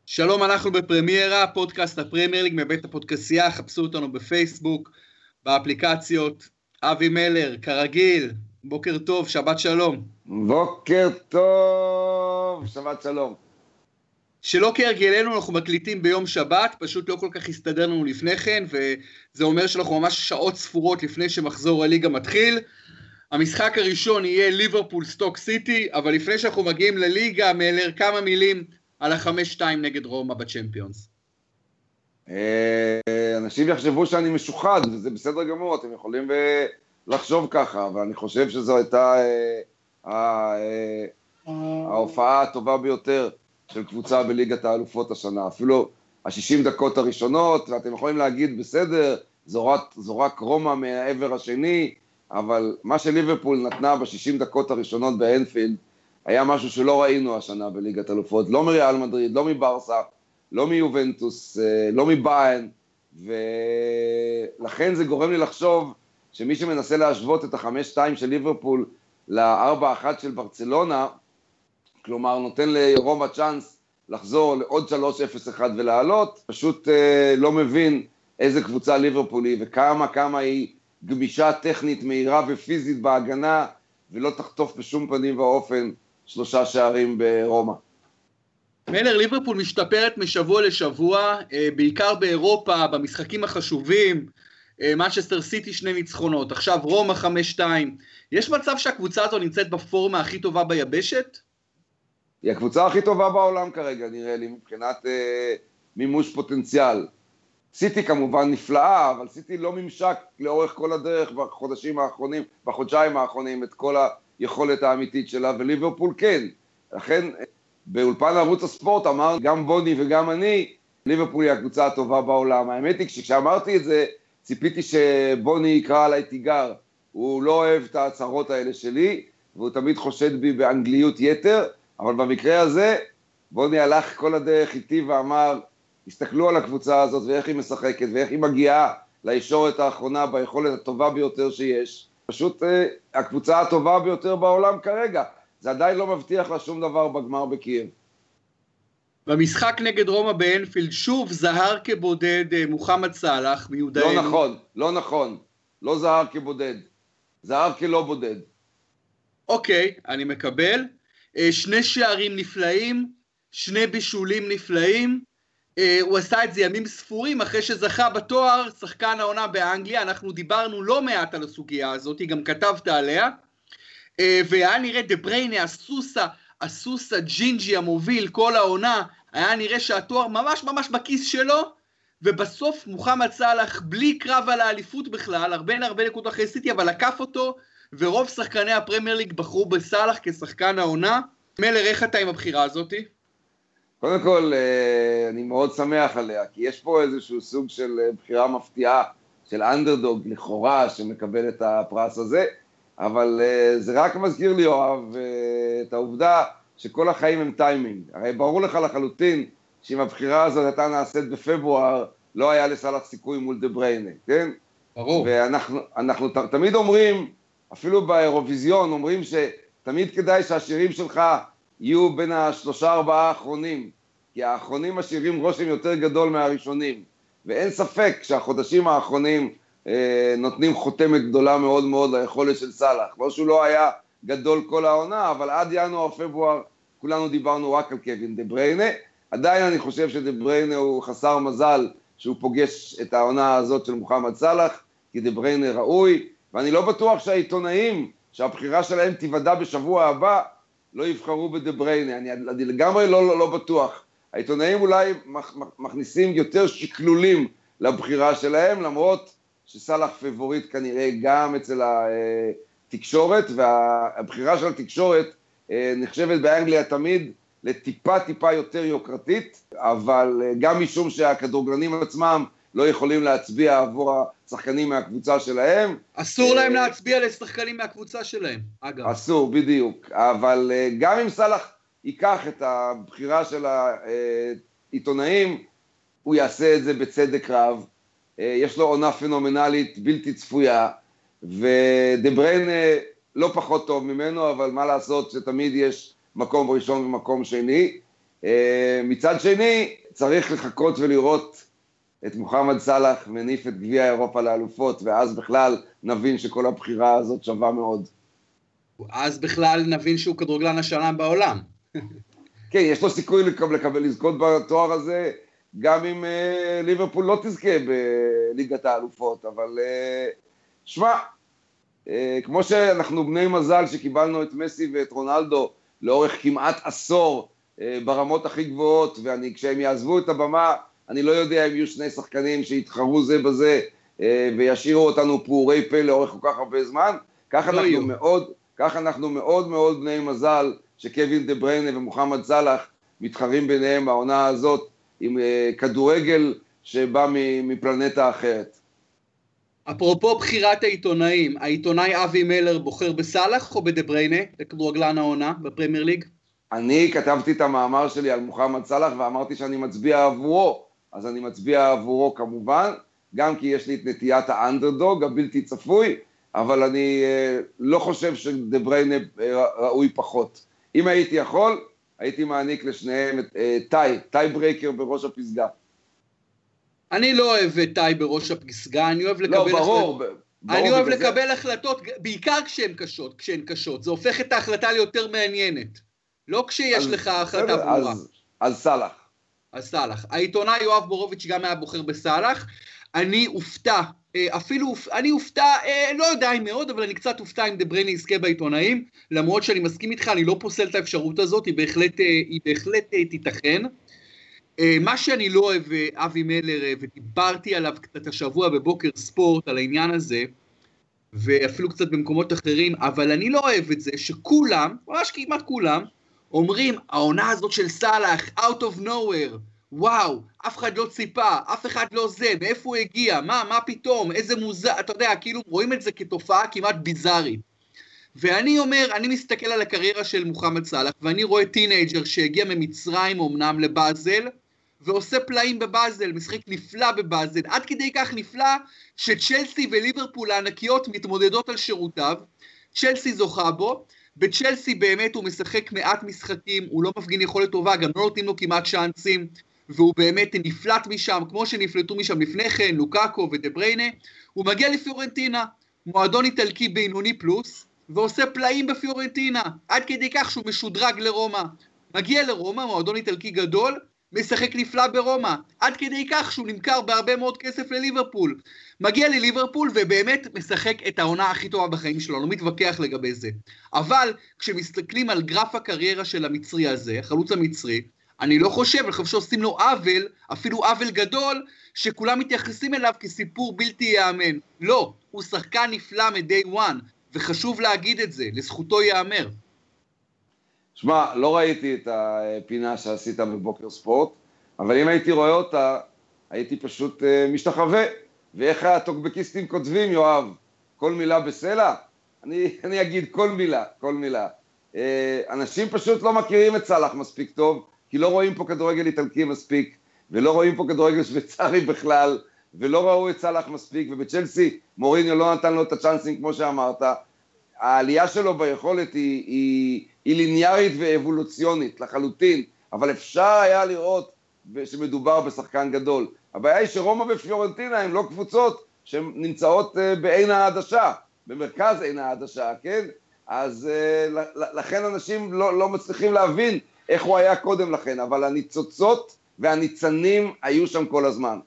שלום, אנחנו בפרמיירה, פודקאסט הפרמייר ליג מבית הפודקאסייה, חפשו אותנו בפייסבוק, באפליקציות. אבי מלר, כרגיל, בוקר טוב, שבת שלום. בוקר טוב, שבת שלום. שלא כהרגלנו, אנחנו מקליטים ביום שבת, פשוט לא כל כך הסתדר לנו לפני כן, וזה אומר שאנחנו ממש שעות ספורות לפני שמחזור הליגה מתחיל. המשחק הראשון יהיה ליברפול סטוק סיטי, אבל לפני שאנחנו מגיעים לליגה, מלר, כמה מילים על ה-5-2 נגד רומא בצ'מפיונס. אנשים יחשבו שאני משוחד, וזה בסדר גמור, אתם יכולים לחשוב ככה, אבל אני חושב שזו הייתה ההופעה הטובה ביותר של קבוצה בליגת האלופות השנה. אפילו ה-60 דקות הראשונות, ואתם יכולים להגיד בסדר, זו רק רומא מהעבר השני, אבל מה שליברפול נתנה ב-60 דקות הראשונות באנפילד, היה משהו שלא ראינו השנה בליגת אלופות, לא מריאל מדריד, לא מברסה, לא מיובנטוס, לא מביירן, ולכן זה גורם לי לחשוב שמי שמנסה להשוות את ה-5-2 של ליברפול ל-4-1 של ברצלונה, כלומר נותן לרומא צ'אנס לחזור לעוד 3-0-1 ולעלות, פשוט לא מבין איזה קבוצה ליברפול היא וכמה היא גמישה טכנית, מהירה ופיזית בהגנה, ולא תחטוף בשום פנים ואופן 3 שערים ברומא. מלר, ליברפול משתפרת משבוע לשבוע, בעיקר באירופה, במשחקים החשובים, מנצ'סטר סיטי 2 ניצחונות, עכשיו רומא 5-2, יש מצב שהקבוצה הזו נמצאת בפורמה הכי טובה ביבשת? היא הקבוצה הכי טובה בעולם כרגע, נראה לי, מבחינת מימוש פוטנציאל. סיטי כמובן נפלאה, אבל סיטי לא ממשק לאורך כל הדרך בחודשיים האחרונים, את כל היכולת האמיתית שלה, וליברפול כן. לכן, באולפן ערוץ הספורט אמר גם בוני וגם אני, ליברפול היא הקבוצה הטובה בעולם. האמת היא, כשאמרתי את זה, ציפיתי שבוני יקרא עליי תיגר. הוא לא אוהב את ההצהרות האלה שלי, והוא תמיד חושד בי באנגליות יתר, אבל במקרה הזה, בוני הלך כל הדרך איתי ואמר, הסתכלו על הקבוצה הזאת ואיך היא משחקת, ואיך היא מגיעה לישורת האחרונה ביכולת הטובה ביותר שיש. פשוט הקבוצה הטובה ביותר בעולם כרגע. זה עדיין לא מבטיח לה שום דבר בגמר בקייב. במשחק נגד רומא באנפילד, שוב זהר כבודד מוחמד סלאח מיודענו. לא נכון. לא זהר כבודד. זהר כלא בודד. אוקיי, אני מקבל. 2 שערים נפלאים, 2 בישולים נפלאים. הוא עשה את זה ימים ספורים אחרי שזכה בתואר שחקן העונה באנגליה. אנחנו דיברנו לא מעט על הסוגיה הזאת, גם כתבת עליה. והיה נראה דה בריינה, הסוסה ג'ינג'י המוביל כל העונה, היה נראה שהתואר ממש בכיס שלו, ובסוף מוחמד סלאח בלי קרב על האליפות בכלל, הרבה נקודות אחרי סיטי, אבל לקף אותו, ורוב שחקני הפרמייר ליג בחרו בסלאח כשחקן העונה. מלר, איך אתה עם הבחירה הזאת? קודם כל, אני מאוד שמח עליה, כי יש פה איזשהו סוג של בחירה מפתיעה, של אנדרדוג לכאורה שמקבל את הפרס הזה, אבל זה רק מזכיר לי, אוהב, את העובדה שכל החיים הם טיימינג. הרי ברור לך לחלוטין שאם הבחירה הזאת הייתה נעשית בפברואר, לא היה לסלאח סיכוי מול דה בריינה, כן? ברור. ואנחנו תמיד אומרים, אפילו באירוויזיון, אומרים שתמיד כדאי שהשירים שלך יהיו בין 3-4 האחרונים, כי האחרונים משאירים רושם יותר גדול מהראשונים, ואין ספק שהחודשים האחרונים נותנים חותמת גדולה מאוד מאוד ליכולת של סלאח. לא שהוא לא היה גדול כל העונה, אבל עד ינואר-פברואר כולנו דיברנו רק על קווין דה בריינה. עדיין אני חושב שדה בריינה הוא חסר מזל שהוא פוגש את העונה הזאת של מוחמד סלאח, כי דה בריינה ראוי, ואני לא בטוח שהעיתונאים, שהבחירה שלהם תיוודע בשבוע הבא, לא יבחרו בדה בריינה. אני לגמרי לא בטוח. העיתונאים אולי מכניסים יותר שקלולים לבחירה שלהם, למרות שסלאח פבוריט כנראה גם אצל התקשורת, והבחירה של התקשורת נחשבת באנגליה תמיד לטיפה יותר יוקרתית, אבל גם משום שהכדורגלנים עצמם לא יכולים להצביע עבור השחקנים מהקבוצה שלהם. אסור להם להצביע לשחקנים מהקבוצה שלהם, אגב. אסור, בדיוק. אבל גם אם סלאח ייקח את הבחירה של העיתונאים, הוא יעשה את זה בצדק רב. יש לו עונה פנומנלית, בלתי צפויה, ודה בריינה לא פחות טוב ממנו, אבל מה לעשות שתמיד יש מקום ראשון ומקום שני. מצד שני, צריך לחכות ולראות את מוחמד סלאח מניף את גביע אירופה לאלופות, ואז בכלל נבין שכל הבחירה הזאת שווה מאוד. אז בכלל נבין שהוא כדורגלן השנה בעולם. כן, יש לו סיכוי לזכות בתואר הזה, גם אם ליברפול לא תזכה בליגת האלופות, אבל שמע, כמו שאנחנו בני מזל שקיבלנו את מסי ואת רונלדו לאורך כמעט עשור ברמות הכי גבוהות, וכשהם יעזבו את הבמה, אני לא יודע אם יהיו שני שחקנים שיתחרו זה בזה וישאירו אותנו פעורי פה לאורך כל כך הרבה זמן, כך אנחנו מאוד מאוד בני מזל שקווין דה בריינה ומוחמד סלאח מתחרים ביניהם העונה הזאת עם כדורגל שבא מפלנטה אחרת. אפרופו בחירת העיתונאים, העיתונאי אבי מלר בוחר בסלאח או בדה בריינה לכדורגלן העונה בפרמייר ליג? אני כתבתי את המאמר שלי על מוחמד סלאח ואמרתי שאני מצביע עבורו, אז אני מצביע עבורו כמובן, גם כי יש לי את נטיית האנדרדוג הבלתי צפוי, אבל אני לא חושב שדה בריינה ראוי פחות. אם הייתי יכול, הייתי מעניק לשניהם את טי ברייקר בראש הפסגה. אני לא אוהב את טי בראש הפסגה, אני אוהב לקבל ברור, אני אוהב לקבל החלטות, בעיקר כשהן קשות, זה הופך את ההחלטה ליותר מעניינת, לא כשיש לך החלטה ברורה. אז סלאח. אז סלאח. העיתונאי יואב בורוביץ' גם היה בוחר בסלאח, אני אופתע, לא יודע אם מאוד, אבל אני קצת אופתע אם דה בריינה יזכה בעיתונאים, למרות שאני מסכים איתך, אני לא פוסל את האפשרות הזאת, היא בהחלט תיתכן. מה שאני לא אוהב, אבי מלר, ודיברתי עליו קצת השבוע בבוקר ספורט על העניין הזה, ואפילו קצת במקומות אחרים, אבל אני לא אוהב את זה שכולם, ממש כמעט כולם, אומרים, העונה הזאת של סלאח, out of nowhere, וואו, אף אחד לא ציפה, אף אחד לא זה, מאיפה הוא הגיע, מה פתאום, איזה מוזר, אתה יודע, כאילו רואים את זה כתופעה כמעט ביזארית. ואני אומר, אני מסתכל על הקריירה של מוחמד סלאח, ואני רואה טינאג'ר שהגיע ממצרים אומנם לבאזל, ועושה פלאים בבאזל, משחק נפלא בבאזל, עד כדי כך נפלא שצ'לסי וליברפול הענקיות מתמודדות על שירותיו, צ'לסי זוכה בו, בצ'לסי באמת הוא משחק מעט משחקים, הוא לא מפגין יכולת טובה, גם לא נותנים לו כמעט שאנסים, והוא באמת נפלט משם, כמו שנפלטו משם לפני כן, לוקאקו ודה בריינה, הוא מגיע לפיורנטינה, מועדון איטלקי בינוני פלוס, ועושה פלאים בפיורנטינה, עד כדי כך שהוא משודרג לרומא, מגיע לרומא, מועדון איטלקי גדול, משחק נפלא ברומא, עד כדי כך שהוא נמכר בהרבה מאוד כסף לליברפול, מגיע לליברפול ובאמת משחק את העונה הכי טובה בחיים שלו, לא מתווכח לגבי זה, אבל כשמסתכלים על גרף הקריירה של המצרי הזה, החלוץ המצרי, אני לא חושב, אני חושב שעושים לו עוול, אפילו עוול גדול, שכולם מתייחסים אליו כסיפור בלתי יאמן, לא, הוא שחקן נפלא מ-day one, וחשוב להגיד את זה, לזכותו יאמר. שמע, לא ראיתי את הפינה שעשית בבוקר ספורט, אבל אם הייתי רואה אותה, הייתי פשוט משתחווה. ואיך הטוקבקיסטים כותבים, יואב? כל מילה בסלע? אני אגיד כל מילה. אנשים פשוט לא מכירים את סלאח מספיק טוב, כי לא רואים פה כדורגל איטלקי מספיק, ולא רואים פה כדורגל שוויצרי בכלל, ולא ראו את סלאח מספיק, ובצ'לסי מוריניו לא נתן לו את הצ'אנסים כמו שאמרת. העלייה שלו ביכולת היא ליניארית ואבולוציונית לחלוטין, אבל אפשר היה לראות שמדובר בשחקן גדול. הבעיה היא שרומא ופיורנטינה הם לא קבוצות שהן נמצאות בעין העדשה, במרכז עין העדשה, כן? אז לכן אנשים לא מצליחים להבין איך הוא היה קודם לכן, אבל הניצוצות והניצנים היו שם כל הזמן.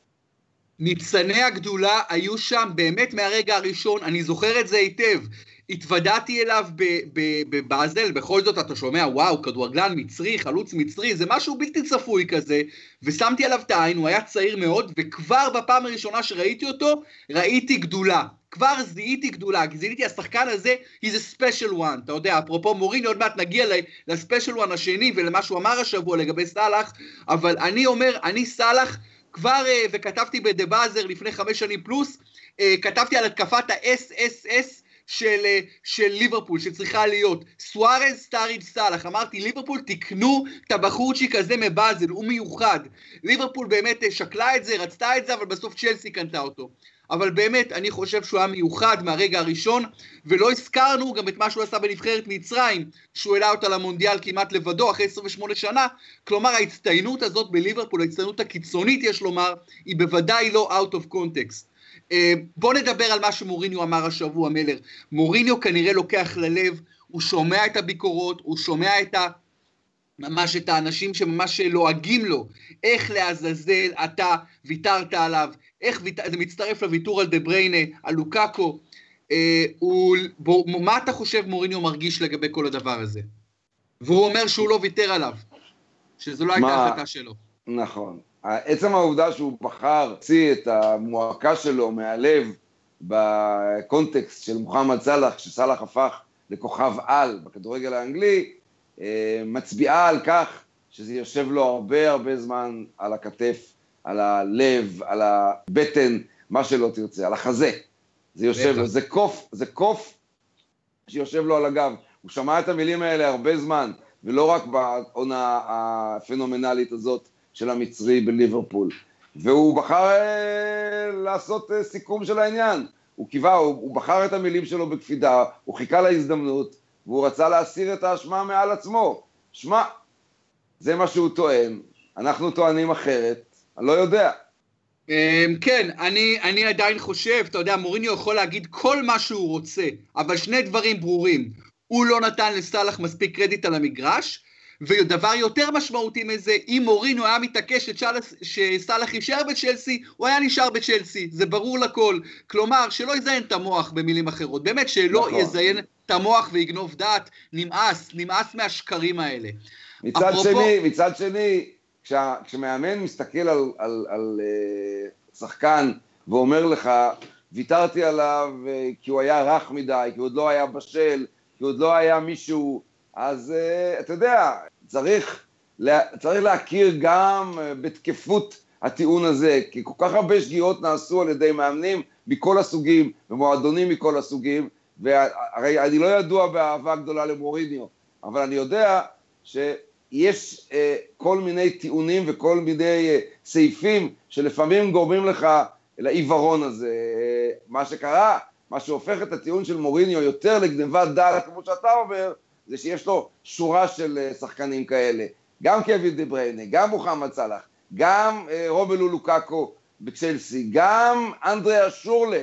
ניצני הגדולה היו שם באמת מהרגע הראשון, אני זוכר את זה היטב, התוודעתי אליו בבאזל, בכל זאת אתה שומע, וואו, כדורגלן מצרי, חלוץ מצרי, זה משהו בלתי צפוי כזה, ושמתי עליו את העין, הוא היה צעיר מאוד, וכבר בפעם הראשונה שראיתי אותו, ראיתי גדולה, כבר זיהיתי גדולה, כי זיהיתי השחקן הזה, he's a special one, אתה יודע, אפרופו מוריני, עוד מעט נגיע לספיישל וואן השני, ולמה שהוא אמר השבוע לגבי סלאח, אבל אני אומר, אני סלאח, כבר, וכתבתי בדבאזר לפני 5 שנים פלוס, כתבתי על התקפת ה-SSS של ליברפול, שצריכה להיות סוארז, סטאריג', סלאח, אמרתי, ליברפול תקנו את הבחורצ'יק הזה מבאזל, הוא מיוחד, ליברפול באמת שקלה את זה, רצתה את זה, אבל בסוף צ'לסי קנתה אותו. אבל באמת אני חושב שהוא היה מיוחד מהרגע הראשון, ולא הזכרנו גם את מה שהוא עשה בנבחרת מצרים, שהוא העלה אותה למונדיאל כמעט לבדו אחרי 28 שנה, כלומר ההצטיינות הזאת בליברפול, ההצטיינות הקיצונית יש לומר, היא בוודאי לא out of context. בוא נדבר על מה שמוריניו אמר השבוע, מלר. מוריניו כנראה לוקח ללב, הוא שומע את הביקורות, הוא שומע ממש את האנשים שממש לועגים לו, איך לעזאזל אתה ויתרת עליו, זה מצטרף לוויתור על דה בריינה, על לוקאקו, מה אתה חושב מוריניו מרגיש לגבי כל הדבר הזה? והוא אומר שהוא לא ויתר עליו, שזו לא הייתה החלטה שלו. נכון. עצם העובדה שהוא בחר להוציא את המועקה שלו מהלב בקונטקסט של מוחמד סלאח, שסלאח הפך לכוכב על בכדורגל האנגלי, מצביעה על כך שזה יושב לו הרבה זמן על הכתף, על הלב, על הבטן, מה שלא תרצה, על החזה. זה יושב לו, זה קוף שיושב לו על הגב. הוא שמע את המילים האלה הרבה זמן, ולא רק בעונה הפנומנלית הזאת של המצרי בליברפול. והוא בחר לעשות סיכום של העניין. הוא בחר את המילים שלו בקפידה, הוא חיכה להזדמנות, והוא רצה להסיר את האשמה מעל עצמו. שמע, זה מה שהוא טוען, אנחנו טוענים אחרת, אני לא יודע. כן, אני עדיין חושב, אתה יודע, מוריניו יכול להגיד כל מה שהוא רוצה, אבל שני דברים ברורים, הוא לא נתן לסלאח מספיק קרדיט על המגרש, ודבר יותר משמעותי מזה, אם מוריניו היה מתעקש שסלאח יישאר בצ'לסי, הוא היה נשאר בצ'לסי, זה ברור לכל. כלומר, שלא יזיין את המוח במילים אחרות, באמת שלא יזיין את המוח ויגנוב דעת, נמאס מהשקרים האלה. מצד שני, כשמאמן מסתכל על שחקן ואומר לך, ויתרתי עליו כי הוא היה רך מדי, כי הוא עוד לא היה בשל, כי הוא עוד לא היה מישהו, אז אתה יודע, צריך להכיר גם בתקפות הטיעון הזה, כי כל כך הרבה שגיאות נעשו על ידי מאמנים מכל הסוגים, ומועדונים מכל הסוגים, והרי אני לא ידוע באהבה גדולה למוריניו, אבל אני יודע שיש כל מיני טיעונים וכל מיני סעיפים שלפעמים גורמים לך לעיוורון הזה. מה שקרה, מה שהופך את הטיעון של מוריניו יותר לגנבת דעת, כמו שאתה אומר, זה שיש לו שורה של שחקנים כאלה, גם קווין דה בריינה, גם מוחמד סלאח, גם רומלו לוקאקו בצ'לסי, גם אנדריאה שורלה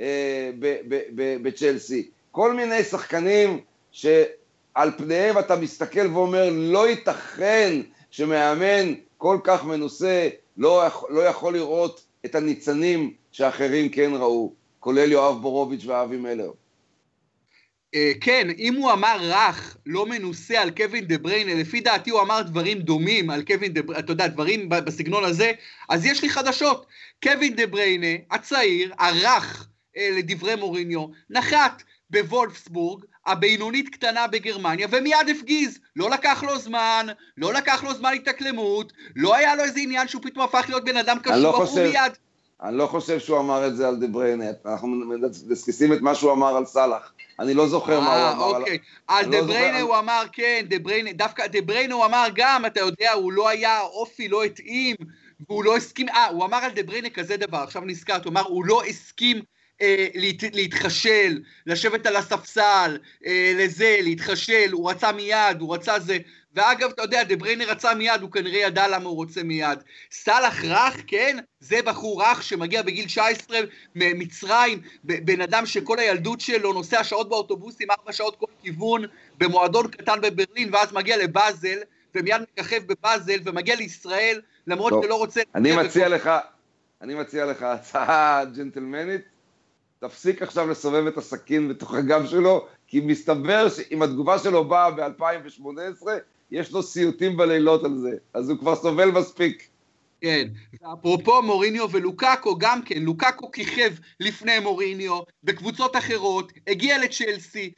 בצ'לסי, כל מיני שחקנים שעל פניהם אתה מסתכל ואומר, לא ייתכן שמאמן כל כך מנוסה לא יכול לראות את הניצנים שאחרים כן ראו, כולל יואב בורוביץ' ואבי מלר. כן, אם הוא אמר רך, לא מנוסה על קווין דה בריינה, לפי דעתי הוא אמר דברים דומים על קווין דה בריינה, אתה יודע, דברים בסגנון הזה, אז יש לי חדשות. קווין דה בריינה, הצעיר, הרך לדברי מוריניו, נחת בוולפסבורג, הבינונית קטנה בגרמניה, ומיד הפגיז. לא לקח לו זמן התאקלמות, לא היה לו איזה עניין שהוא פתאום הפך להיות בן אדם קשוח, הוא מיד... אני לא חושב שהוא אמר את זה על דה בריינה, אנחנו מדסקסים את מה שהוא אמר על סלאח, אני לא זוכר מה הוא אמר. אוקיי, על דה בריינה הוא אמר, כן, דווקא דה בריינה הוא אמר גם, אתה יודע, הוא לא היה אופי, לא התאים, והוא לא הסכים, הוא אמר על דה בריינה כזה דבר, עכשיו נזכרת, הוא אמר, הוא לא הסכים להתחשל, לשבת על הספסל, להתחשל, הוא רצה מיד, הוא רצה זה, ואגב, אתה יודע, דה בריינה רצה מיד, הוא כנראה ידע למה הוא רוצה מיד. סלאח רך, כן, זה בחור רך שמגיע בגיל 19 ממצרים, בן אדם שכל הילדות שלו נוסע שעות באוטובוסים, 4 שעות כל כיוון, במועדון קטן בברלין, ואז מגיע לבאזל, ומיד מככב בבאזל, ומגיע לישראל, למרות שלא רוצה... אני מציע לך הצעה ג'נטלמנית, תפסיק עכשיו לסובב את הסכין בתוך הגב שלו, כי מסתבר שאם התגובה שלו באה ב-2018, יש לו סיוטים בלילות על זה, אז הוא כבר סובל מספיק. כן, אפרופו מוריניו ולוקאקו גם כן, לוקאקו כיכב לפני מוריניו, בקבוצות אחרות, הגיע לצ'לסי,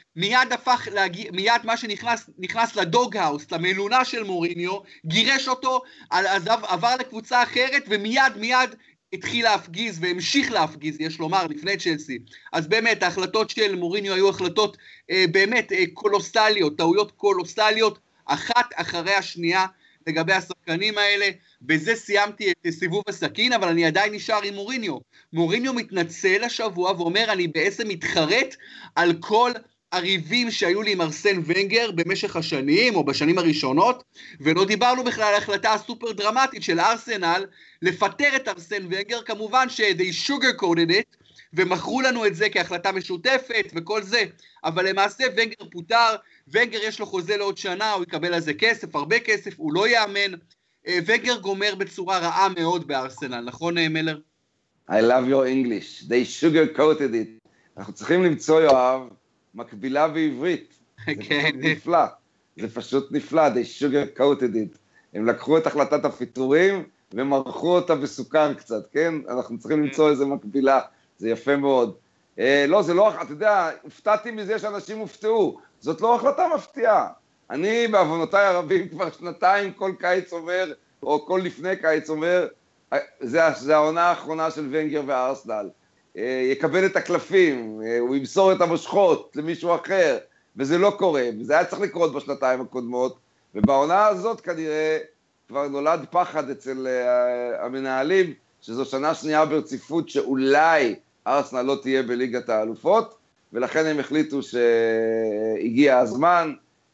מיד מה שנכנס לדוג-האוס, למלונה של מוריניו, גירש אותו, עבר לקבוצה אחרת, ומיד התחיל להפגיז והמשיך להפגיז, יש לומר, לפני צ'לסי. אז באמת, ההחלטות של מוריניו היו החלטות באמת קולוסליות, טעויות קולוסליות, אחת אחרי השנייה, לגבי השחקנים האלה. בזה סיימתי את סיבוב הסכין, אבל אני עדיין נשאר עם מוריניו. מוריניו מתנצל השבוע ואומר, אני בעצם מתחרט על כל הריבים שהיו לי עם ארסן ונגר במשך השנים, או בשנים הראשונות, ולא דיברנו בכלל על ההחלטה הסופר דרמטית של ארסנל, לפטר את ארסן ונגר, כמובן ש-they sugar-coated it, ומכרו לנו את זה כהחלטה משותפת וכל זה, אבל למעשה ונגר פוטר, ונגר יש לו חוזה לעוד שנה, הוא יקבל על זה כסף, הרבה כסף, הוא לא יאמן, ונגר גומר בצורה רעה מאוד בארסנל, נכון מלר? I love your English, they sugar-coated it. אנחנו צריכים למצוא, יואב, מקבילה בעברית. זה פשוט נפלא, זה פשוט נפלא, they sugar-coated it. הם לקחו את החלטת הפיטורים ומרחו אותה בסוכר קצת, כן? אנחנו צריכים למצוא איזה מקבילה, זה יפה מאוד. לא, זה לא, אתה יודע, הופתעתי מזה שאנשים הופתעו, זאת לא החלטה מפתיעה. אני בעוונותיי הרבים כבר שנתיים כל קיץ אומר, או כל לפני קיץ אומר, זה העונה האחרונה של ונגר וארסנל. יקבל את הקלפים, הוא ימסור את המושכות למישהו אחר, וזה לא קורה, וזה היה צריך לקרות בשנתיים הקודמות, ובעונה הזאת כנראה כבר נולד פחד אצל המנהלים, שזו שנה שנייה ברציפות שאולי ארסנל לא תהיה בליגת האלופות, ולכן הם החליטו שהגיע הזמן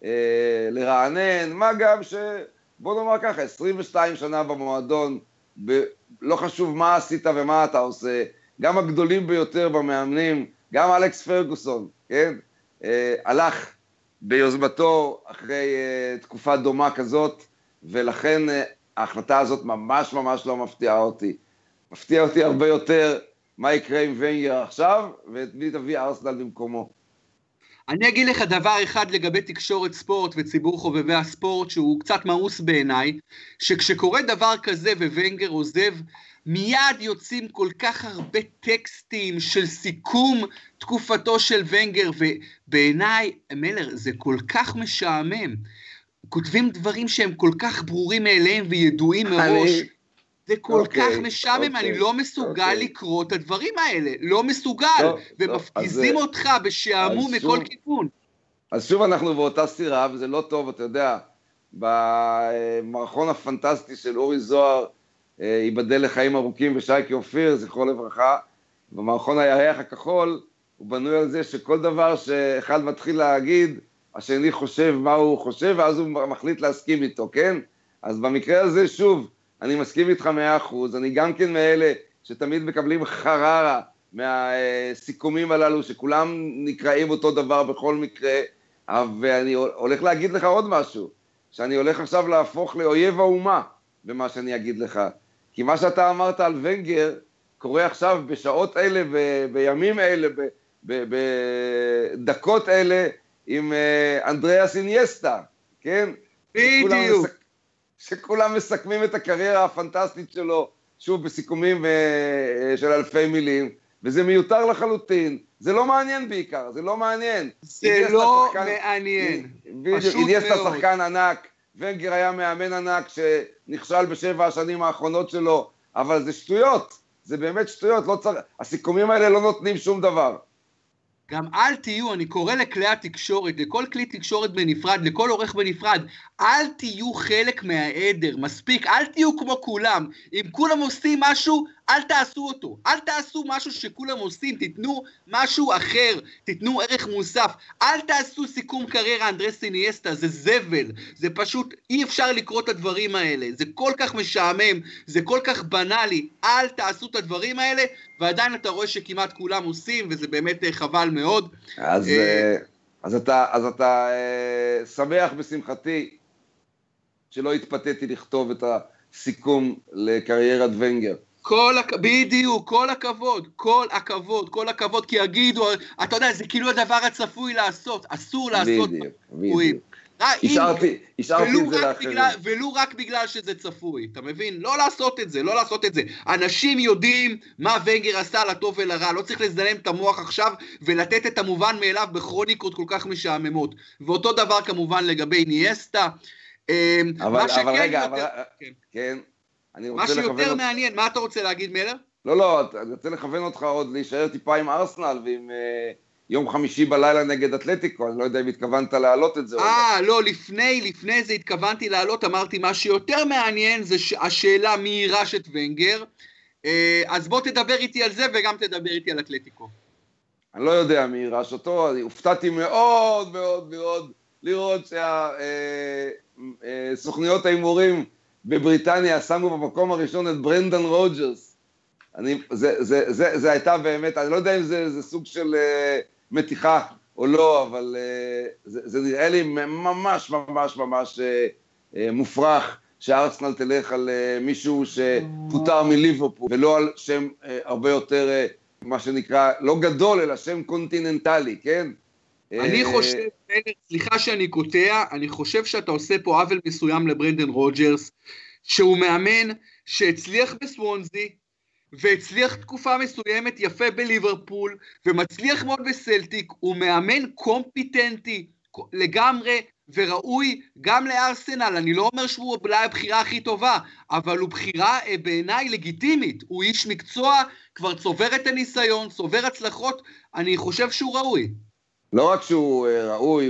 לרענן, מה גם בוא נאמר ככה, 22 שנה במועדון, לא חשוב מה עשית ומה אתה עושה, גם הגדולים ביותר במאמנים, גם אלכס פרגוסון, כן? הלך ביוזמתו אחרי תקופה דומה כזאת, ולכן ההחלטה הזאת ממש ממש לא מפתיעה אותי. מפתיע אותי הרבה יותר מה יקרה עם ונגר עכשיו, ואת מי תביא ארסנל במקומו. אני אגיד לך דבר אחד לגבי תקשורת ספורט וציבור חובבי הספורט, שהוא קצת מאוס בעיניי, שכשקורה דבר כזה וונגר עוזב, מיד יוצאים כל כך הרבה טקסטים של סיכום תקופתו של ונגר, ובעיניי, מלר, זה כל כך משעמם. כותבים דברים שהם כל כך ברורים מאליהם וידועים מראש. זה כל כך משעמם, אני לא מסוגל לקרוא את הדברים האלה, לא מסוגל, ומפגיזים אותך בשעמום מכל כיוון. אז שוב אנחנו באותה סירה, וזה לא טוב, אתה יודע, במערכון הפנטסטי של אורי זוהר, ייבדל לחיים ארוכים ושייקי אופיר, זכרו לברכה, במערכון הירח הכחול, הוא בנוי על זה שכל דבר שאחד מתחיל להגיד, השני חושב מה הוא חושב, ואז הוא מחליט להסכים איתו, כן? אז במקרה הזה, שוב, אני מסכים איתך 100%, אני גם כן מאלה שתמיד מקבלים חררה מהסיכומים הללו, שכולם נקראים אותו דבר בכל מקרה, ואני הולך להגיד לך עוד משהו, שאני הולך עכשיו להפוך לאויב האומה, במה שאני אגיד לך, כי מה שאתה אמרת על ונגר, קורה עכשיו בשעות אלה, בימים אלה, בדקות אלה, עם אנדריאס אינייסטה, כן? בדיוק. שכולם מסכמים את הקריירה הפנטסטית שלו, שוב בסיכומים של אלפי מילים, וזה מיותר לחלוטין, זה לא מעניין בעיקר, זה לא מעניין. זה לא מעניין, פשוט מאוד. אינייסטה שחקן ענק, ונגר היה מאמן ענק שנכשל בשבע השנים האחרונות שלו, אבל זה שטויות, זה באמת שטויות, לא צריך, הסיכומים האלה לא נותנים שום דבר. גם אל תהיו, אני קורא לכלי התקשורת, לכל כלי תקשורת בנפרד, לכל עורך בנפרד, אל תהיו חלק מהעדר, מספיק, אל תהיו כמו כולם, אם כולם עושים משהו, אל תעשו אותו, אל תעשו משהו שכולם עושים, תיתנו משהו אחר, תיתנו ערך מוסף, אל תעשו סיכום קריירה אנדרס אינייסטה, זה זבל, זה פשוט, אי אפשר לקרוא את הדברים האלה, זה כל כך משעמם, זה כל כך בנאלי, אל תעשו את הדברים האלה, ועדיין אתה רואה שכמעט כולם עושים, וזה באמת חבל מאוד. אז אתה שמח בשמחתי, שלא התפתיתי לכתוב את הסיכום לקריירת ונגר. בדיוק, כל הכבוד, כי יגידו, אתה יודע, זה כאילו הדבר הצפוי לעשות, אסור לעשות. בדיוק. השארתי את זה לאחרים. ולו רק בגלל שזה צפוי, אתה מבין? לא לעשות את זה. אנשים יודעים מה ונגר עשה לטוב ולרע, לא צריך לזלם את המוח עכשיו ולתת את המובן מאליו בכרוניקות כל כך משעממות. ואותו דבר כמובן לגבי אינייסטה. אבל רגע, כן. מה שיותר מעניין, מה אתה רוצה להגיד מלר? לא, אני רוצה לכוון אותך עוד להישאר טיפה עם ארסנל ועם יום חמישי בלילה נגד אתלטיקו, אני לא יודע אם התכוונת להעלות את זה. לא, לפני זה התכוונתי להעלות, אמרתי מה שיותר מעניין זה השאלה מי יירש את ונגר, אז בוא תדבר איתי על זה וגם תדבר איתי על אתלטיקו. אני לא יודע מי יירש אותו, אני הופתעתי מאוד מאוד מאוד לראות שהסוכניות ההימורים בבריטניה שמו במקום הראשון את ברנדן רוג'רס. זה הייתה באמת, אני לא יודע אם זה סוג של מתיחה או לא, אבל זה נראה לי ממש ממש ממש מופרך שארסנל תלך על מישהו שפוטר מליברפול, ולא על שם הרבה יותר, מה שנקרא, לא גדול, אלא שם קונטיננטלי, כן? אני חושב, סליחה שאני קוטע, אני חושב שאתה עושה פה עוול מסוים לברנדן רוג'רס, שהוא מאמן שהצליח בסוונזי, והצליח תקופה מסוימת יפה בליברפול, ומצליח מאוד בסלטיק, הוא מאמן קומפיטנטי לגמרי, וראוי גם לארסנל. אני לא אומר שהוא אולי הבחירה הכי טובה, אבל הוא בחירה בעיניי לגיטימית, הוא איש מקצוע, כבר צובר את הניסיון, צובר הצלחות, אני חושב שהוא ראוי. לא רק שהוא ראוי,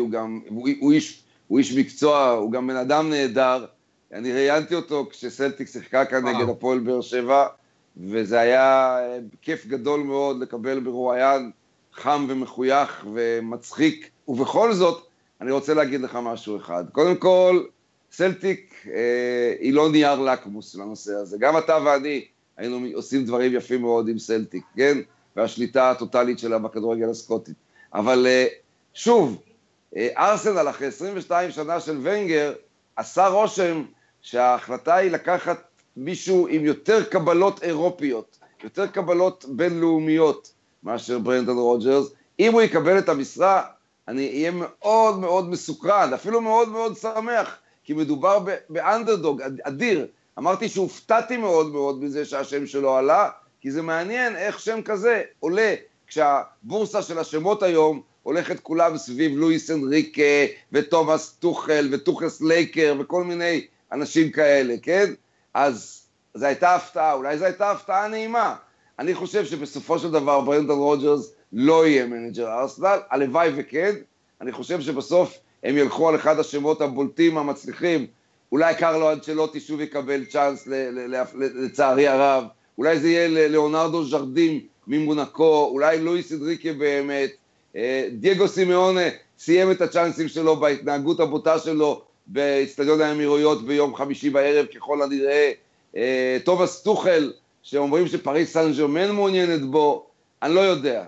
הוא איש מקצוע, הוא גם בן אדם נהדר. אני ראיינתי אותו כשסלטיק שיחקה כאן נגד הפועל באר שבע, וזה היה כיף גדול מאוד לקבל ברואיין חם ומחוייך ומצחיק. ובכל זאת, אני רוצה להגיד לך משהו אחד. קודם כל, סלטיק היא לא נייר לקמוס לנושא הזה. גם אתה ואני היינו עושים דברים יפים מאוד עם סלטיק, כן? והשליטה הטוטלית שלה בכדורגל הסקוטית. אבל שוב, ארסנל אחרי 22 שנה של ונגר, עשה רושם שההחלטה היא לקחת מישהו עם יותר קבלות אירופיות, יותר קבלות בינלאומיות מאשר ברנדן רוג'רס. אם הוא יקבל את המשרה, אני אהיה מאוד מאוד מסוקרן, אפילו מאוד מאוד שמח, כי מדובר באנדרדוג אדיר. אמרתי שהופתעתי מאוד מאוד בזה שהשם שלו עלה, כי זה מעניין איך שם כזה עולה, כשהבורסה של השמות היום הולכת כולם סביב לואיס אנריקה ותומאס טוחל וטוחס לייקר וכל מיני אנשים כאלה, כן? אז זו הייתה הפתעה, אולי זו הייתה הפתעה נעימה. אני חושב שבסופו של דבר ברנדן רוג'רס לא יהיה מנג'ר ארסנל, הלוואי וכן. אני חושב שבסוף הם ילכו על אחד השמות הבולטים המצליחים, אולי קרלו אנצ'לוטי שוב יקבל צ'אנס לצערי הרב, אולי זה יהיה ליאונרדו ז'רדים ממונקו, אולי לואיס אנריקה באמת, דייגו סימאונה סיים את הצ'אנסים שלו בהתנהגות הבוטה שלו באצטדיון האמירויות ביום חמישי בערב ככל הנראה, תומאס טוחל שאומרים שפריס סן ז'רמן מעוניינת בו, אני לא יודע,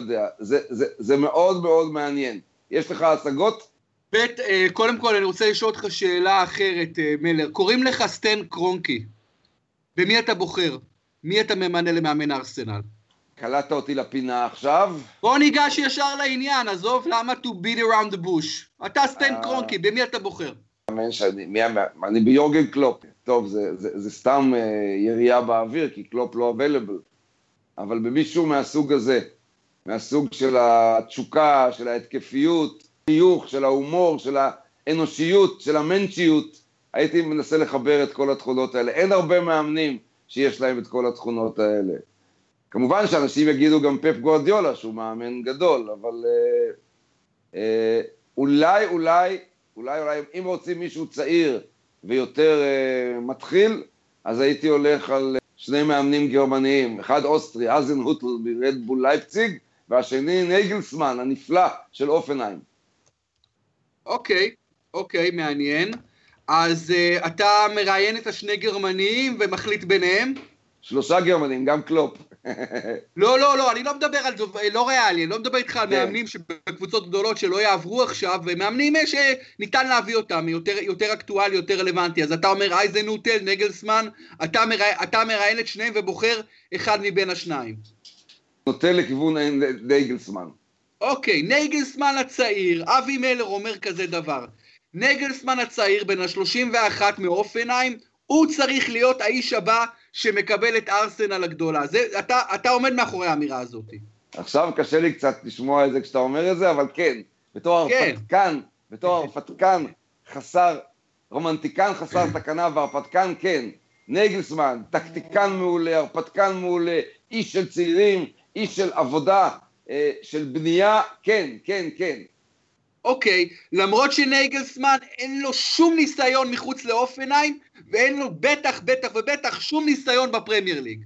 זה מאוד מאוד מעניין. יש לך השגות? קודם כל אני רוצה לשאול אותך שאלה אחרת, מלר. קוראים לך סטן קרונקי, במי אתה בוחר? מי אתה ממנה למאמן ארסנל? קלטת אותי לפינה עכשיו. בוא ניגש ישר לעניין, עזוב למה to beat around the bush. אתה סטן קרונקי, במי אתה בוחר? אני ביורגן קלופ. טוב, זה סתם ירייה באוויר, כי קלופ לא available. אבל במישהו מהסוג הזה, מהסוג של התשוקה, של ההתקפיות, חיוך, של ההומור, של האנושיות, של המנצ'יות, הייתי מנסה לחבר את כל התכונות האלה. אין הרבה מאמנים שיש להם את כל התכונות האלה. כמובן שאנשים יגידו גם פפ גוארדיולה, שהוא מאמן גדול, אבל אולי, אם רוצים מישהו צעיר ויותר מתחיל, אז הייתי הולך על שני מאמנים גרמניים, אחד אוסטרי, אזן הוטל מרדבול לייפציג, והשני נייגלסמן, הנפלא של אופנהיים. אוקיי, מעניין. אז אתה מראיין את השני גרמניים ומחליט ביניהם? 3 גרמנים, גם קלופ. לא, אני לא מדבר על לא ריאלי, אני לא מדבר איתך על מאמנים בקבוצות גדולות שלא יעברו עכשיו, ומאמנים שניתן להביא אותם, יותר אקטואלי, יותר רלוונטי. אז אתה אומר אייזן הוטל, נגלסמן, אתה מראיין את שניהם ובוחר אחד מבין השניים. נוטה לכיוון נגלסמן. אוקיי, נגלסמן הצעיר, אבי מלר אומר כזה דבר. נגלסמן הצעיר בין ה-31 מאופנהיים, הוא צריך להיות האיש הבא שמקבל את ארסנל הגדולה. אתה עומד מאחורי האמירה הזאת. עכשיו קשה לי קצת לשמוע את זה כשאתה אומר את זה, אבל כן, בתור הרפתקן חסר, רומנטיקן חסר תקנה והרפתקן כן, נגלסמן, טקטיקן מעולה, הרפתקן מעולה, איש של צעירים, איש של עבודה, של בנייה, כן, כן, כן. אוקיי, למרות שנייגלסמן אין לו שום ניסיון מחוץ לאופנהיים, ואין לו בטח שום ניסיון בפרמייר ליג.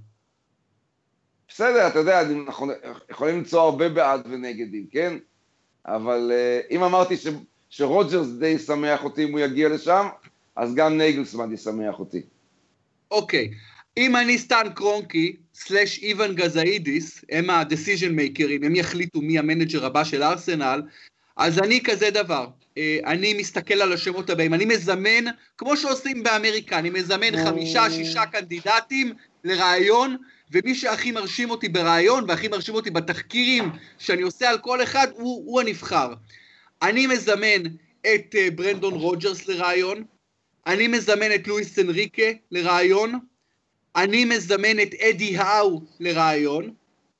בסדר, אתה יודע, אנחנו יכולים למצוא הרבה בעד ונגדים, כן? אבל אם אמרתי שרוג'רס די ישמח אותי אם הוא יגיע לשם, אז גם נייגלסמן ישמח אותי. אוקיי, אם אני סטן קרונקי, סלש איוון גזאידיס, הם ה-decision makers, הם יחליטו מי המנג'ר הבא של ארסנל, אז אני כזה דבר, אני מסתכל על השמות הבאים, אני מזמן, כמו שעושים באמריקה, אני מזמן 5-6 קנדידטים לרעיון, ומי שהכי מרשים אותי ברעיון, והכי מרשים אותי בתחקירים שאני עושה על כל אחד, הוא הנבחר. אני מזמן את ברנדון רוג'רס לרעיון, אני מזמן את לואיס אנריקה לרעיון, אני מזמן את אדי האו לרעיון,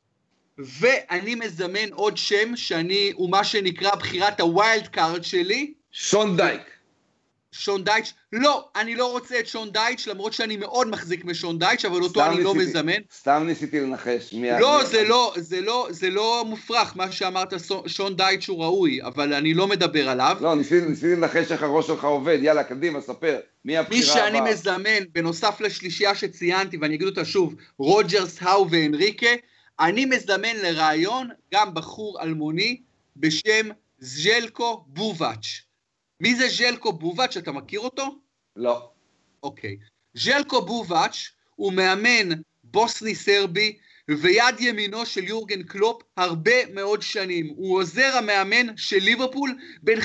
ואני מזמן עוד שם הוא מה שנקרא בחירת הווילד קארד שלי. שון דייק. שון דייץ', לא, אני לא רוצה את שון דייץ', למרות שאני מאוד מחזיק משון דייץ', אבל אותו אני לא מזמן. סתם ניסיתי לנחש. לא, זה לא מופרך, מה שאמרת, שון דייץ' הוא ראוי, אבל אני לא מדבר עליו. לא, ניסיתי לנחש איך הראש שלך עובד, יאללה, קדימה, ספר, מי הבחירה הבאה? מי שאני מזמן, בנוסף לשלישייה שציינתי, ואני אגיד אותה שוב, רוג'רס, האו ואנריקה, אני מזמן לרעיון גם בחור אלמוני בשם ז'לקו בובאץ'. מי זה ז'לקו בובאץ'? אתה מכיר אותו? לא. אוקיי. ז'לקו בובאץ' הוא מאמן בוסני סרבי, ויד ימינו של יורגן קלופ הרבה מאוד שנים. הוא עוזר המאמן של ליברפול בין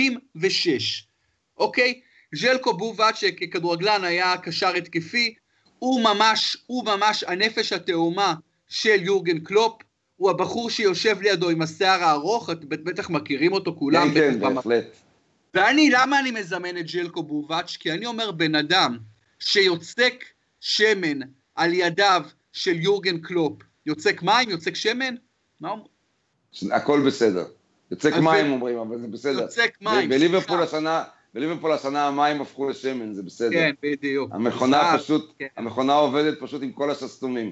56. אוקיי? ז'לקו בובאץ' ככדורגלן היה קשר התקפי, הוא ממש הנפש התאומה של יורגן קלופ, הוא הבחור שיושב לידו עם השיער הארוך, את בטח מכירים אותו כולם. כן, בהחלט. למה אני מזמן את ז'לקו בובאץ'? כי אני אומר בן אדם שיוצק שמן על ידיו של יורגן קלופ, יוצק מים, יוצק שמן? מה אומר? הכל בסדר. יוצק מים אומרים, אבל זה בסדר. יוצק מים. בליברפול השנה המים הפכו לשמן, זה בסדר. כן, בדיוק. המכונה עובדת פשוט עם כל השסתומים.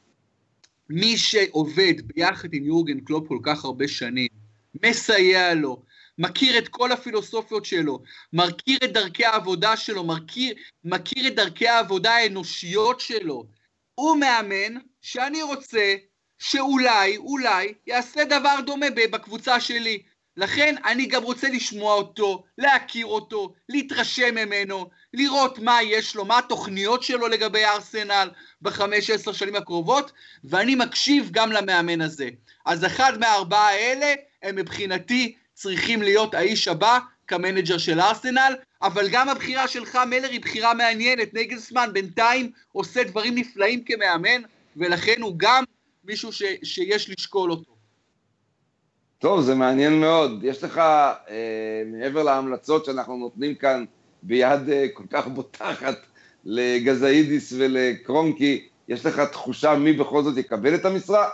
מי שעובד ביחד עם יורגן קלופ כל כך הרבה שנים, מסייע לו, מכיר את כל הפילוסופיות שלו, מכיר את דרכי העבודה שלו, מכיר את דרכי העבודה האנושיות שלו. הוא מאמן שאני רוצה שאולי יעשה דבר דומה בקבוצה שלי. לכן אני גם רוצה לשמוע אותו, להכיר אותו, להתרשם ממנו, לראות מה יש לו, מה התוכניות שלו לגבי ארסנל ב-15 שנים הקרובות, ואני מקשיב גם למאמן הזה. אז אחד מהארבעה האלה הם מבחינתי צריכים להיות האיש הבא כמנג'ר של ארסנל, אבל גם הבחירה שלך מלר היא בחירה מעניינת. נייגלסמן בינתיים עושה דברים נפלאים כמאמן, ולכן הוא גם מישהו שיש לשקול אותו. טוב, זה מעניין מאוד. יש לך, מעבר להמלצות שאנחנו נותנים כאן ביד כל כך בוטחת לגזאידיס ולקרונקי, יש לך תחושה מי בכל זאת יקבל את המשרה?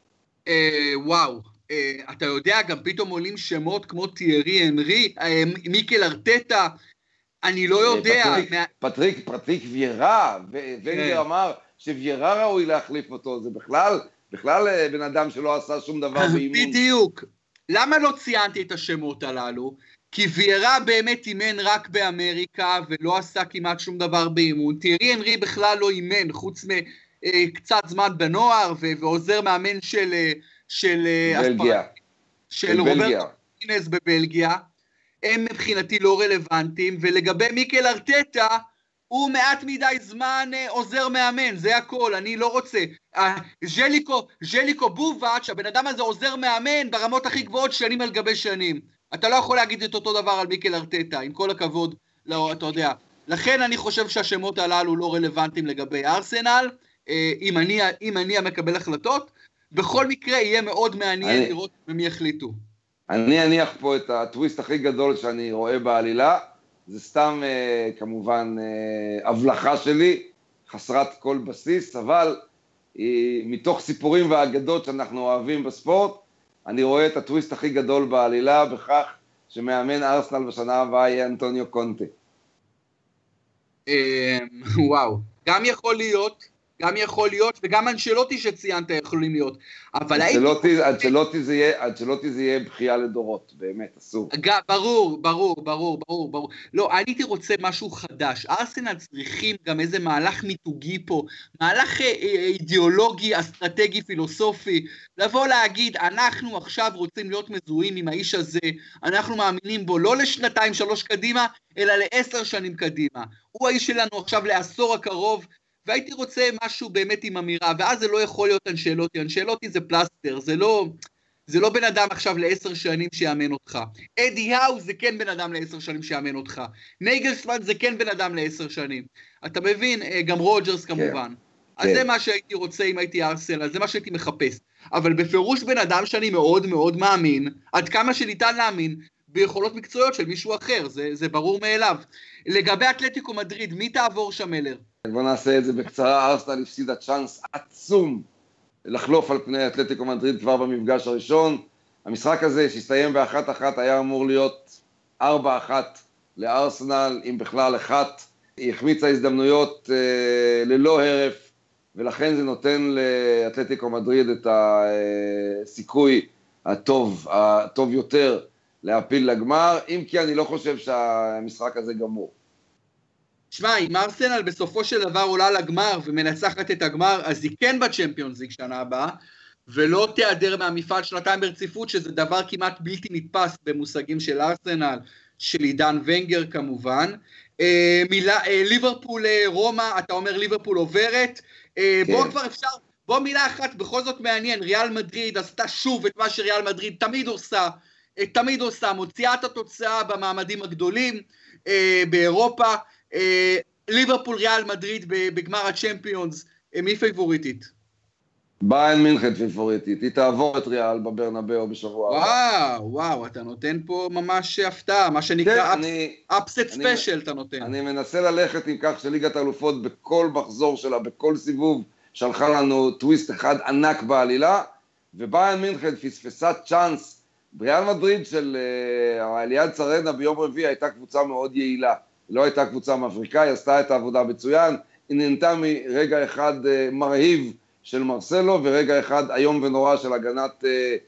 וואו, אתה יודע, גם פתאום עולים שמות כמו תיארי אנרי, מיקל ארטטה, אני לא יודע. פטריק ויירה, ונגר אמר שוויירה ראוי להחליף אותו, זה בכלל בן אדם שלא עשה שום דבר באימון. בדיוק. למה לא ציינתי את השמות הללו? כי ויירה באמת אימן רק באמריקה, ולא עשה כמעט שום דבר באימון. תיארי אנרי בכלל לא אימן, חוץ מקצת זמן בנוער, ועוזר מאמן של בלגיה. של רוברטו מרטינז בבלגיה. הם מבחינתי לא רלוונטיים, ולגבי מיקל ארטטה, הוא מעט מדי זמן עוזר מאמן, זה הכל, אני לא רוצה. ז'ליקו בובאץ', הבן אדם הזה עוזר מאמן ברמות הכי גבוהות שנים על גבי שנים. אתה לא יכול להגיד את אותו דבר על מיקל ארטטה, עם כל הכבוד, לא, אתה יודע. לכן אני חושב שהשמות הללו לא רלוונטיים לגבי ארסנל, אם אני המקבל החלטות, בכל מקרה יהיה מאוד מעניין לראות ממי יחליטו. אני אניח פה את הטוויסט הכי גדול שאני רואה בעלילה, זה סתם כמובן הבלחה שלי, חסרת כל בסיס, אבל מתוך סיפורים והאגדות שאנחנו אוהבים בספורט, אני רואה את הטוויסט הכי גדול בעלילה בכך שמאמן ארסנל בשנה הבאה יהיה אנטוניו קונטה. וואו, גם יכול להיות, גם יכול להיות, וגם אנשלוטי שציינת יכולים להיות. אבל אנשלוטי זה יהיה בחייה לדורות, באמת, אסור. ברור. לא, הייתי רוצה משהו חדש. ארסנל צריכים גם איזה מהלך מיתוגי פה, מהלך אידיאולוגי, אסטרטגי, פילוסופי, לבוא להגיד, אנחנו עכשיו רוצים להיות מזוהים עם האיש הזה, אנחנו מאמינים בו לא לשנתיים, 3 קדימה, אלא ל10 שנים קדימה. הוא האיש שלנו עכשיו לעשור הקרוב, והייתי רוצה משהו באמת עם אמירה, ואז זה לא יכול להיות אנשלוטי זה פלסטר, זה לא בן אדם עכשיו ל10 שנים שיאמן אותך. אדי האו זה כן בן אדם ל10 שנים שיאמן אותך. נייגלסמן זה כן בן אדם ל10 שנים. אתה מבין? גם רוג'רס כמובן. אז זה מה שהייתי רוצה אם הייתי ארסנל, זה מה שהייתי מחפש. אבל בפירוש בן אדם שאני מאוד מאוד מאמין, עד כמה שניתן להאמין, ביכולות מקצועיות של מישהו אחר, זה ברור מאליו. לגבי אתלטיקו מדריד, מי תעבור שם מלר? בוא נעשה את זה בקצרה. ארסנל הפסידה צ'אנס עצום לחלוף על פני אתלטיקו מדריד כבר במפגש הראשון. המשחק הזה שהסתיים ב1-1 היה אמור להיות 4-1 לארסנל, אם בכלל 1. היא החמיצה הזדמנויות ללא הרף, ולכן זה נותן לאתלטיקו מדריד את הסיכוי הטוב יותר להפיל לגמר, אם כי אני לא חושב שהמשחק הזה גמור. שמע, אם ארסנל בסופו של דבר עולה לגמר ומנצחת את הגמר, אז היא כן בצ'מפיונס ליג שנה הבאה, ולא תיעדר מהמפעל 2 ברציפות, שזה דבר כמעט בלתי נתפס במושגים של ארסנל, של עידן ונגר כמובן. ליברפול רומא, אתה אומר ליברפול עוברת, בוא כבר אפשר, בוא מילה אחת בכל זאת מעניין, ריאל מדריד עשתה שוב את מה שריאל מדריד תמיד עושה, מוציאה את התוצאה במעמדים הגדולים באירופה. ליברפול ריאל מדריד בגמר הצ'מפיונס, מי פייבוריטית? ביירן מינכן פייבוריטית, היא תעבור את ריאל בברנבאו בשבוע הבא. וואו, אתה נותן פה ממש הפתעה, מה שנקרא אפסט ספיישל אתה נותן. אני מנסה ללכת עם כך שליגת האלופות בכל מחזור שלה, בכל סיבוב, שלחה לנו טוויסט אחד ענק בעלילה, וביירן מינכן פספסה צ'אנס. ריאל מדריד של אליאנס ארנה ביום רביעי הייתה קבוצה מאוד יעילה. לא הייתה קבוצה מאפריקה, היא עשתה את העבודה מצוין, היא נהנתה מרגע אחד מרהיב של מרסלו, ורגע אחד היום ונורא של הגנת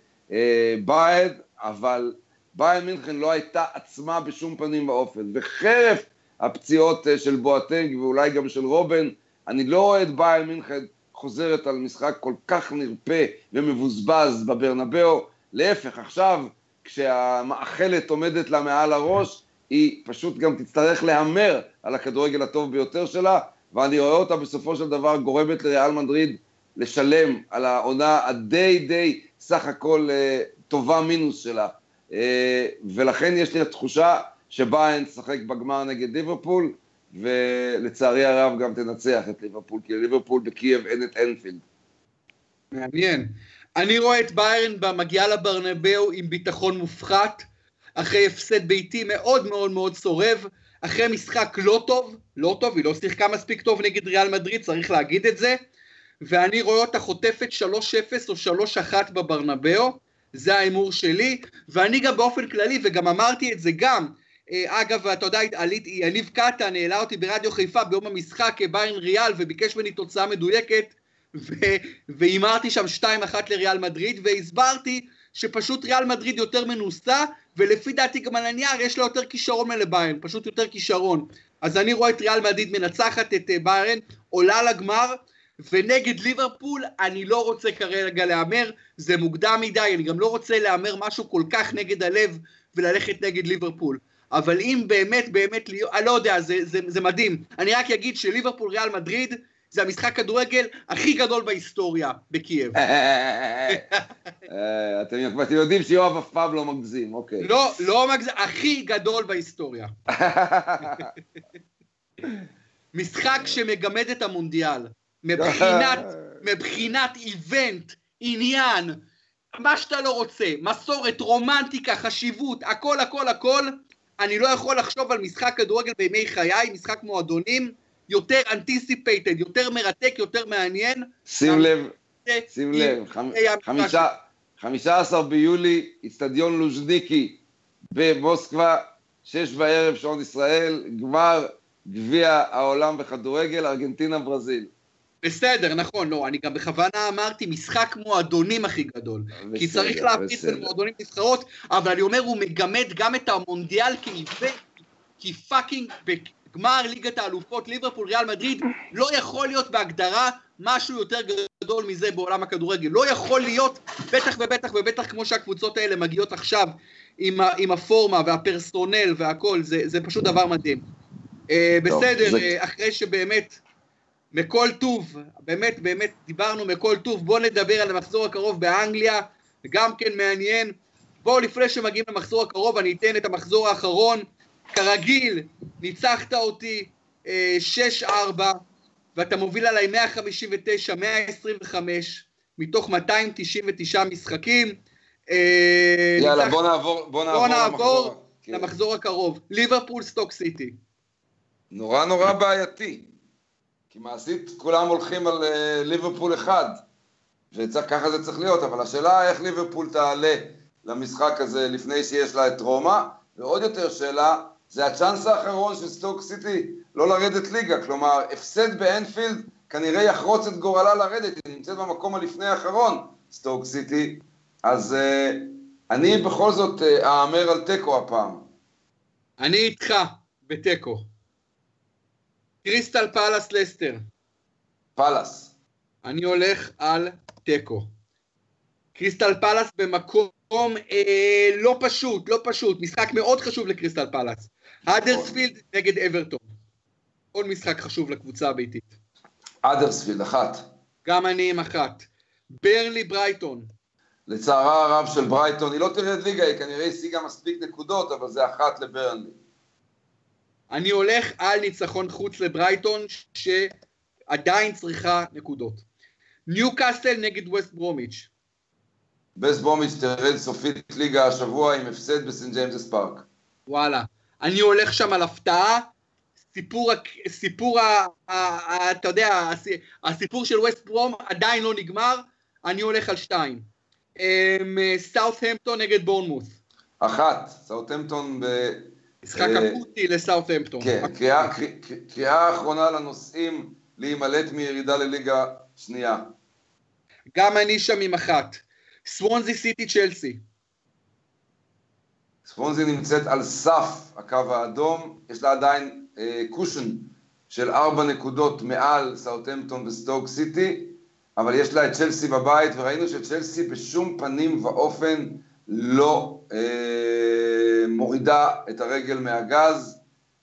ביירן, אבל ביירן מינכן לא הייתה עצמה בשום פנים באופן, וחרף הפציעות של בואטנג ואולי גם של רובן, אני לא רואה את ביירן מינכן חוזרת על משחק כל כך נרפה ומבוזבז בברנבאו, להפך עכשיו, כשהמאכלת עומדת לה מעל הראש, היא פשוט גם תצטרך להמר על הכדורגל הטוב ביותר שלה, ואני רואה אותה בסופו של דבר גורמת לריאל מדריד לשלם על העונה הדי סך הכל טובה מינוס שלה, ולכן יש לי התחושה שביירן תשחק בגמר נגד ליברפול, ולצערי הרב גם תנצח את ליברפול, כי ליברפול בקייב אין את אנפילד. מעניין. אני רואה את ביירן מגיעה לברנבאו עם ביטחון מופחת, אחרי הפסד ביתי מאוד מאוד מאוד צורב, אחרי משחק לא טוב, היא לא שיחקה מספיק טוב נגד ריאל מדריד, צריך להגיד את זה, ואני רואה אותה חוטפת 3-0 או 3-1 בברנבאו, זה האמור שלי, ואני גם באופן כללי, וגם אמרתי את זה גם, אגב, אתה יודע, יניב קטן העלה אותי ברדיו חיפה ביום המשחק ביירן ריאל, וביקש ממני תוצאה מדויקת, ואימרתי שם 2-1 לריאל מדריד, והסברתי שפשוט ריאל מדריד יותר מנוסה, ולפי דעתי גם על הנייר יש לה יותר כישרון מלביירן, פשוט יותר כישרון. אז אני רואה את ריאל מדריד מנצחת את ביירן, עולה לגמר, ונגד ליברפול אני לא רוצה כרגע להאמר, זה מוקדם מדי, אני גם לא רוצה להאמר משהו כל כך נגד הלב, וללכת נגד ליברפול. אבל אם באמת, אני לא יודע, זה מדהים. אני רק אגיד שליברפול ריאל מדריד, זה המשחק כדורגל הכי גדול בהיסטוריה בקייב. אתם יודעים שיואב אף פעם לא מגזים, אוקיי. לא מגזים, הכי גדול בהיסטוריה. משחק שמגמד את המונדיאל. מבחינת איבנט, עניין, מה שאתה לא רוצה, מסורת, רומנטיקה, חשיבות, הכל, אני לא יכול לחשוב על משחק כדורגל בימי חיי, משחק מועדונים, יותר אנטיסיפייטד, יותר מרתק, יותר מעניין. שים לב, 15 ביולי, אצטדיון לוז'ניקי במוסקבה, 6 בערב שעון ישראל, גמר גביע העולם בכדורגל, ארגנטינה ברזיל. בסדר, נכון, לא, אני גם בכוונה אמרתי משחק מועדונים הכי גדול, כי צריך להפריד בין מועדונים נבחרות, אבל אני אומר, הוא מגמד גם את המונדיאל כאיבנט, כי פאקינג בגמר ליגת האלופות, ליברפול ריאל מדריד, לא יכול להיות בהגדרה משהו יותר גדול מזה בעולם הכדורגל, לא יכול להיות, בטח ובטח ובטח כמו שהקבוצות האלה מגיעות עכשיו, עם הפורמה והפרסונל והכל, זה פשוט דבר מדהים. בסדר, אחרי שבאמת, מכל טוב, באמת דיברנו מכל טוב, בואו נדבר על המחזור הקרוב באנגליה, גם כן מעניין, בואו לפני שמגיעים למחזור הקרוב, אני אתן את המחזור האחרון, כרגיל, ניצחת אותי 6-4, ואתה מוביל עליי 159, 125, מתוך 299 משחקים. יאללה, בוא נעבור למחזור הקרוב, ליברפול סטוק סיטי. נורא בעייתי. כי מעשית כולם הולכים על ליברפול אחד, וככה זה צריך להיות, אבל השאלה איך ליברפול תעלה למשחק הזה לפני שיש לה את רומא, ועוד יותר שאלה, זה הצ'אנס האחרון של סטוק סיטי לא לרדת ליגה, כלומר, הפסד באנפילד כנראה יחרוץ את גורלה לרדת, היא נמצאת במקום הלפני האחרון, סטוק סיטי, אז אני בכל זאת אאמר על טקו הפעם. אני איתך בטקו. קריסטל פלאס לסטר. פלאס. אני הולך על טקו. קריסטל פלאס במקום לא פשוט, משחק מאוד חשוב לקריסטל פלאס. האדרספילד נגד אברטון. עוד משחק חשוב לקבוצה הביתית. האדרספילד, 1. גם אני עם 1. ברנלי ברייטון. לצערה הרב של ברייטון, היא לא תרד ליגה, היא כנראה השיגה מספיק נקודות, אבל זה 1 לברנלי. אני הולך על ניצחון חוץ לברייטון, שעדיין צריכה נקודות. ניוקאסל נגד ווסט ברומיץ'. ווסט ברומיץ' תרד סופית ליגה השבוע עם הפסד בסנט ג'יימס פארק. וואלה. אני הולך שם על הפתעה, אתה יודע, הסיפור של ווסט ברום עדיין לא נגמר, אני הולך על 2. סאות'המפטון נגד בורנמות'. 1. סאות'המפטון משחק אקוטי לסאות'המפטון. כן, קריאה האחרונה לנושאים להימלט מירידה לליגה שנייה. גם אני שם עם 1. סוונזי סיטי צ'לסי. סוונזי נמצאת על סף הקו האדום, יש לה עדיין קושן של 4 נקודות מעל סאות'המפטון וסטוק סיטי, אבל יש לה את צ'לסי בבית, וראינו שצ'לסי בשום פנים ואופן לא מורידה את הרגל מהגז.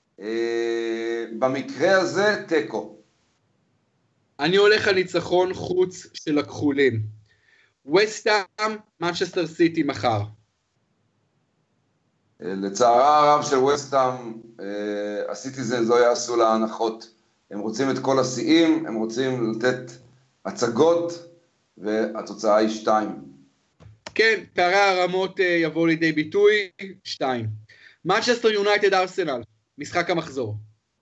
במקרה הזה, טקו. אני הולך על ניצחון חוץ של הכחולים. וסטהאם, מנצ'סטר סיטי מחר. לצערה הרב של וסטהאם, הסיטיזנס לא יעשו לה הנחות. הם רוצים את כל השיאים, הם רוצים לתת הצגות, והתוצאה היא 2. כן, פערי הרמות יבואו לידי ביטוי, 2. מנצ'סטר יונייטד ארסנל, משחק המחזור.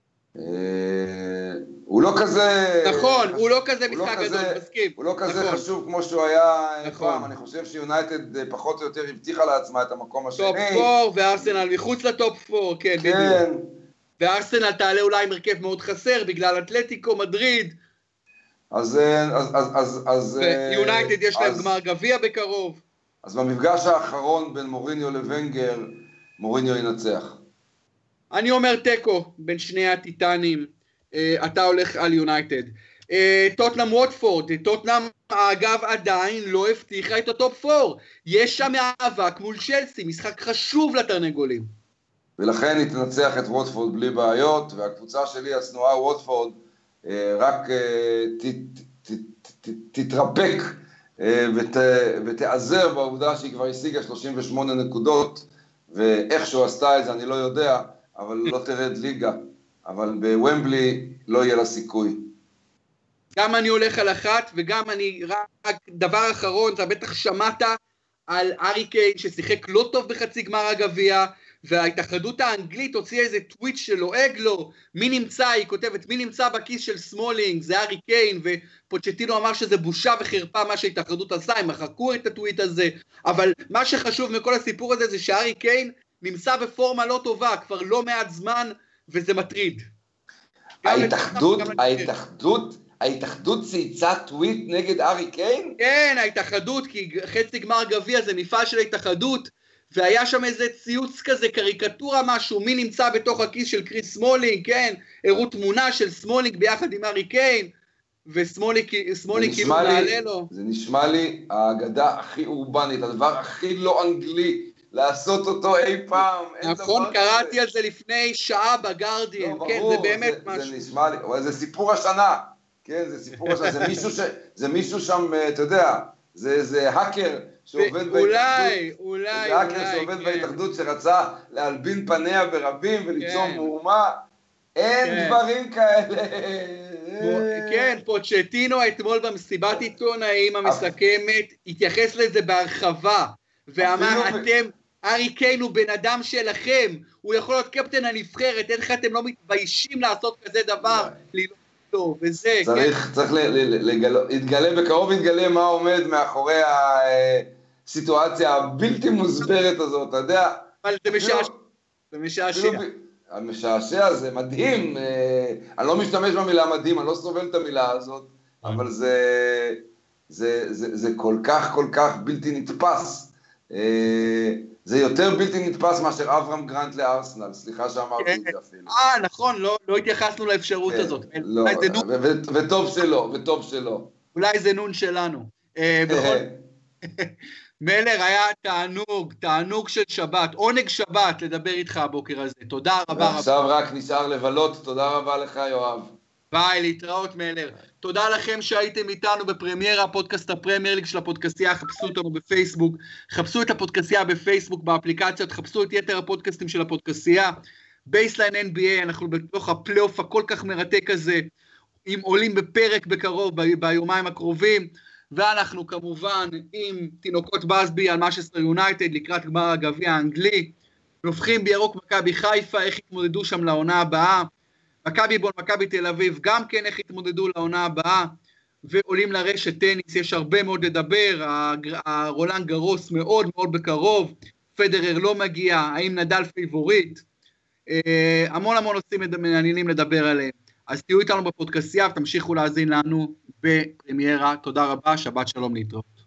הוא לא כזה... נכון, הוא לא כזה משחק גדול, מסכים. הוא לא כזה חשוב כמו שהוא היה פעם, אני חושב שיונייטד פחות או יותר הבטיחה לעצמה את המקום השני. טופ 4 וארסנל מחוץ לטופ 4, כן, בדיוק. וארסנל תעלה אולי עם הרכב מאוד חסר, בגלל אתלטיקו, מדריד. אז ויונייטד יש להם גמר גביע בקרוב. אז במפגש האחרון בין מוריניו לוונגר, מוריניו ינצח. אני אומר טקו בין שני הטיטנים, אתה הולך על יונייטד. טוטנאם ווטפורד, טוטנאם אגב עדיין לא הבטיחה את הטופ 4, יש שם מאבק מול צ'לסי, משחק חשוב לתרנגולים. ולכן היא תנצח את ווטפורד בלי בעיות, והקבוצה שלי הסנועה ווטפורד רק תתרפק ותעזר בעובדה שהיא כבר השיגה 38 נקודות, ואיכשהו עשתה את זה אני לא יודע, אבל לא תרד ליגה, אבל בוומבלי לא יהיה לה סיכוי. גם אני הולך על 1, וגם אני רק דבר אחרון, אתה בטח שמעת על ארי קיין ששיחק לא טוב בחצי גמר הגביע, וההתאחדות האנגלית הוציאה איזה טוויט שלועג לו, מי נמצא, היא כותבת, מי נמצא בכיס של סמולינג, זה ארי קיין, ופוצ'טינו אמר שזה בושה וחרפה מה שההתאחדות עשה, הם מחקו את הטוויט הזה, אבל מה שחשוב מכל הסיפור הזה זה שארי קיין נמצא בפורמה לא טובה, כבר ההתאחדות צייצה טוויט נגד ארי קיין? כן, ההתאחדות, כי חצי גמר גביע זה מפעל של ההתאחדות, והיה שם איזה ציוץ כזה, קריקטורה משהו, מי נמצא בתוך הכיס של קריס סמולינג, כן, הראו תמונה של סמולינג ביחד עם ארי קיין, וסמולינג כאילו מעלה לו. זה נשמע לי האגדה הכי אורבנית, הדבר הכי לא אנגלי, לעשות אותו אי פעם. נכון, קראתי על זה לפני שעה בגרדיאן, כן, זה באמת משהו. זה נשמע לי, אבל זה סיפור השנה, כן, זה סיפור השנה, זה מישהו שם, אתה יודע, זה האקר שעובד בהתאחדות, זה האקר שעובד בהתאחדות שרצה להלבין פניה ברבים וליצור מהומה, אין דברים כאלה. כן, פוצ'טינו אתמול במסיבת עיתונאים המסכמת, התייחס לזה בהרחבה, ואמר, ארי קיין הוא בן אדם שלכם, הוא יכול להיות קפטן הנבחרת, איך אתם לא מתביישים לעשות כזה דבר, וזה, צריך להתגלה, בקרוב יתגלה מה עומד מאחורי הסיטואציה הבלתי מוסברת הזאת, אתה יודע? אבל זה משעשע. המשעשע זה מדהים, אני לא משתמש במילה מדהים, אני לא סובל את המילה הזאת, אבל זה כל כך בלתי נתפס, זה יותר בלתי נתפס מאשר אברהם גרנט לארסנל, סליחה שאמרתי את זה אפילו. נכון, לא התייחסנו לאפשרות הזאת. וטוב שלא. אולי זה נון שלנו. מלר, היה תענוג של שבת, עונג שבת לדבר איתך הבוקר הזה, תודה רבה. עכשיו רק נשאר לבלות, תודה רבה לך יואב. ביי, להתראות מלר. תודה לכם שהייתם איתנו בפרמיירה, פודקאסט הפרמייר ליג של הפודקאסטייה, חפשו אותנו בפייסבוק, חפשו את הפודקאסטייה בפייסבוק, באפליקציות, חפשו את יתר הפודקאסטים של הפודקאסטייה, בייסליין NBA, אנחנו בתוך הפלייאוף הכל כך מרתק הזה, עם עולים בפרק בקרוב, ביומיים הקרובים, ואנחנו כמובן עם תינוקות בסבי על משסטר יונייטד לקראת גמר הגביע האנגלי, נופחים בירוק מכבי חיפה, איך התמודדו שם לעונה הבאה, מכבי בון, מכבי תל אביב, גם כן איך התמודדו לעונה הבאה, ועולים לרשת טניס, יש הרבה מאוד לדבר, הרולנד גרוס מאוד מאוד בקרוב, פדרר לא מגיע, האם נדל פייבוריט, המון נושאים מעניינים לדבר עליהם, אז תהיו איתנו בפודקאסטייה, ותמשיכו להאזין לנו בפרמיירה, תודה רבה, שבת שלום להתראות.